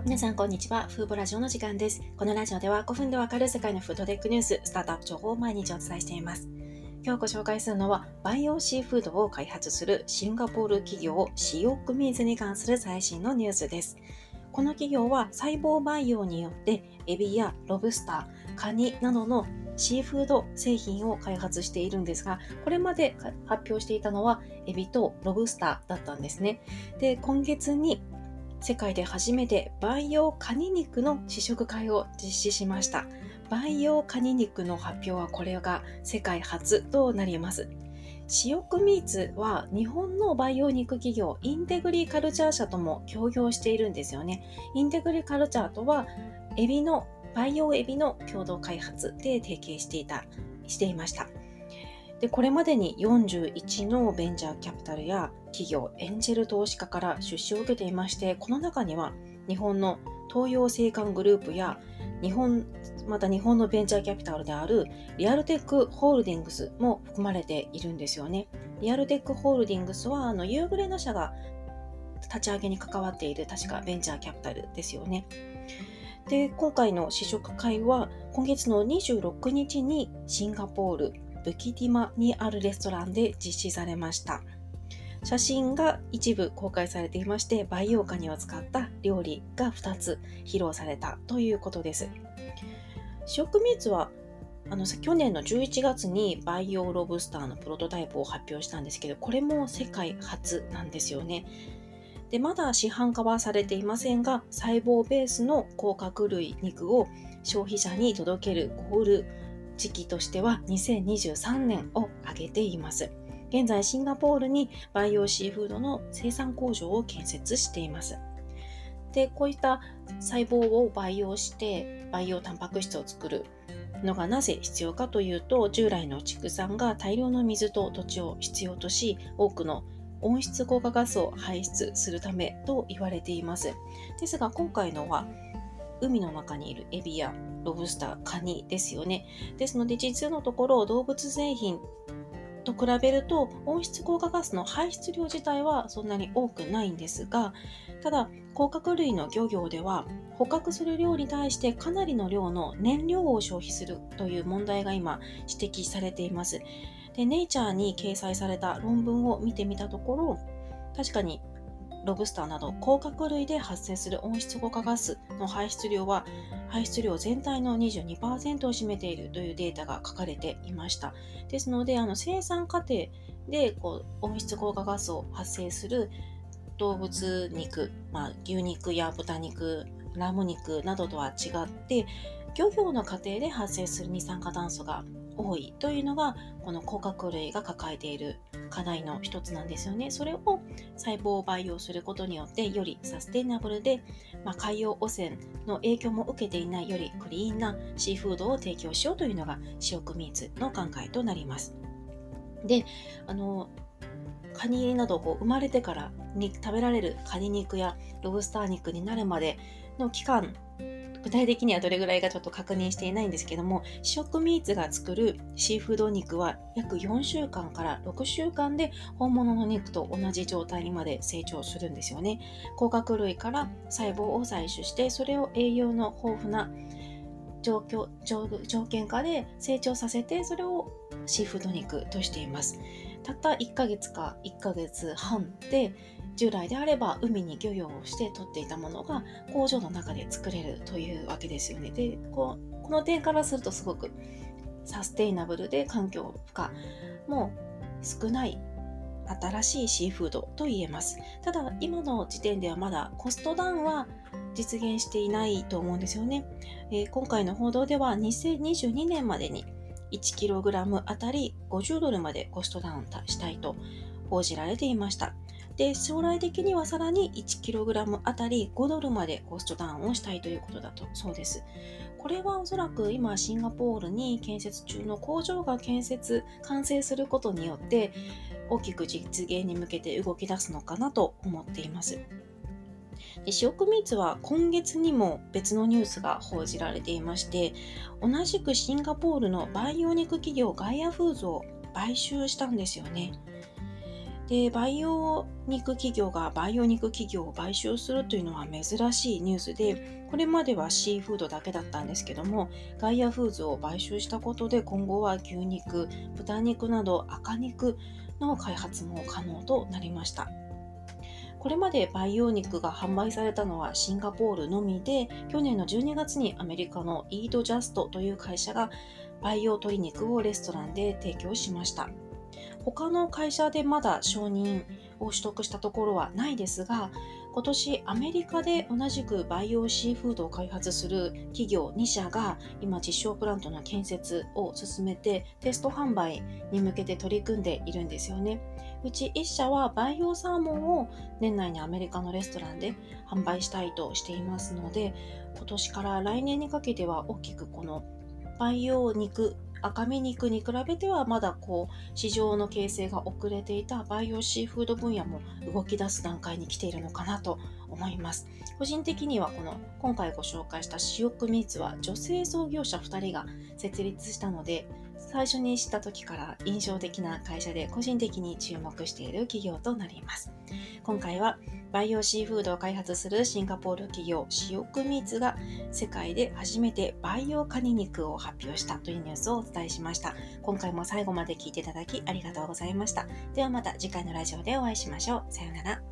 皆さんこんにちは。フーボラジオの時間です。このラジオでは5分でわかる世界のフードテックニュース、スタートアップ情報を毎日お伝えしています。今日ご紹介するのは、培養シーフードを開発するシンガポール企業シオクミーズに関する最新のニュースです。この企業は細胞培養によってエビやロブスター、カニなどのシーフード製品を開発しているんですが、これまで発表していたのはエビとロブスターだったんですね。で、今月に世界で初めて培養カニ肉の試食会を実施しました。培養カニ肉の発表はこれが世界初となります。シオクミーツは日本の培養肉企業インテグリカルチャー社とも協業しているんですよね。インテグリカルチャーとは培養エビの共同開発で提携していました。で、これまでに41のベンチャーキャピタルや企業、エンジェル投資家から出資を受けていまして、この中には日本の東洋製缶グループやまた日本のベンチャーキャピタルであるリアルテックホールディングスも含まれているんですよね。リアルテックホールディングスはユーグレナ社が立ち上げに関わっている確かベンチャーキャピタルですよね。で、今回の試食会は今月の26日にシンガポールブキティマにあるレストランで実施されました。写真が一部公開されていまして、培養カニを使った料理が2つ披露されたということです。シオクミーツは去年の11月に培養ロブスターのプロトタイプを発表したんですけど、これも世界初なんですよね。で、まだ市販化はされていませんが、細胞ベースの甲殻類肉を消費者に届けるゴール時期としては2023年を挙げています。現在シンガポールに培養シーフードの生産工場を建設しています。で、こういった細胞を培養して培養タンパク質を作るのがなぜ必要かというと、従来の畜産が大量の水と土地を必要とし、多くの温室効果ガスを排出するためと言われています。ですが今回のは海の中にいるエビやロブスター、カニですよね。ですので実のところ動物製品と比べると温室効果ガスの排出量自体はそんなに多くないんですが、ただ甲殻類の漁業では捕獲する量に対してかなりの量の燃料を消費するという問題が今指摘されています。で、ネイチャーに掲載された論文を見てみたところ、確かにロブスターなど甲殻類で発生する温室効果ガスの排出量は排出量全体の 22% を占めているというデータが書かれていました。ですので生産過程で温室効果ガスを発生する動物肉、牛肉や豚肉、ラム肉などとは違って漁業の過程で発生する二酸化炭素が多いというのがこの甲殻類が抱えている課題の一つなんですよね。それを細胞を培養することによってよりサステイナブルで、海洋汚染の影響も受けていないよりクリーンなシーフードを提供しようというのがシオクミーツの考えとなります。で、カニなど生まれてからに食べられるカニ肉やロブスター肉になるまでの期間、具体的にはどれぐらいかちょっと確認していないんですけども、シオクミーツが作るシーフード肉は約4週間から6週間で本物の肉と同じ状態にまで成長するんですよね。甲殻類から細胞を採取して、それを栄養の豊富な条件下で成長させて、それをシーフード肉としています。たった1ヶ月か1ヶ月半で、従来であれば海に漁業をして取っていたものが工場の中で作れるというわけですよね。で、この点からするとすごくサステイナブルで環境負荷も少ない新しいシーフードと言えます。ただ今の時点ではまだコストダウンは実現していないと思うんですよね。今回の報道では2022年までに 1kg あたり$50までコストダウンしたいと報じられていました。で、将来的にはさらに 1kg あたり$5までコストダウンをしたいということだとそうです。これはおそらく今シンガポールに建設中の工場が完成することによって大きく実現に向けて動き出すのかなと思っています。で、シオクミーツは今月にも別のニュースが報じられていまして、同じくシンガポールの培養肉企業ガイアフーズを買収したんですよね。 で、培養肉企業が培養肉企業を買収するというのは珍しいニュースで、これまではシーフードだけだったんですけども、ガイアフーズを買収したことで今後は牛肉、豚肉など赤肉の開発も可能となりました。これまで培養肉が販売されたのはシンガポールのみで、去年の12月にアメリカのイートジャストという会社が培養鶏肉をレストランで提供しました。他の会社でまだ承認を取得したところはないですが、今年アメリカで同じく培養シーフードを開発する企業2社が今実証プラントの建設を進めてテスト販売に向けて取り組んでいるんですよね。うち1社は培養サーモンを年内にアメリカのレストランで販売したいとしていますので、今年から来年にかけては大きくこの培養肉、赤身肉に比べてはまだ市場の形成が遅れていた培養シーフード分野も動き出す段階に来ているのかなと思います。個人的には今回ご紹介した塩久ミーツは女性創業者2人が設立したので、最初に知った時から印象的な会社で個人的に注目している企業となります。今回は培養シーフードを開発するシンガポール企業塩久ミーツが世界で初めて培養カニ肉を発表したというニュースをお伝えしました。今回も最後まで聞いていただきありがとうございました。ではまた次回のラジオでお会いしましょう。さようなら。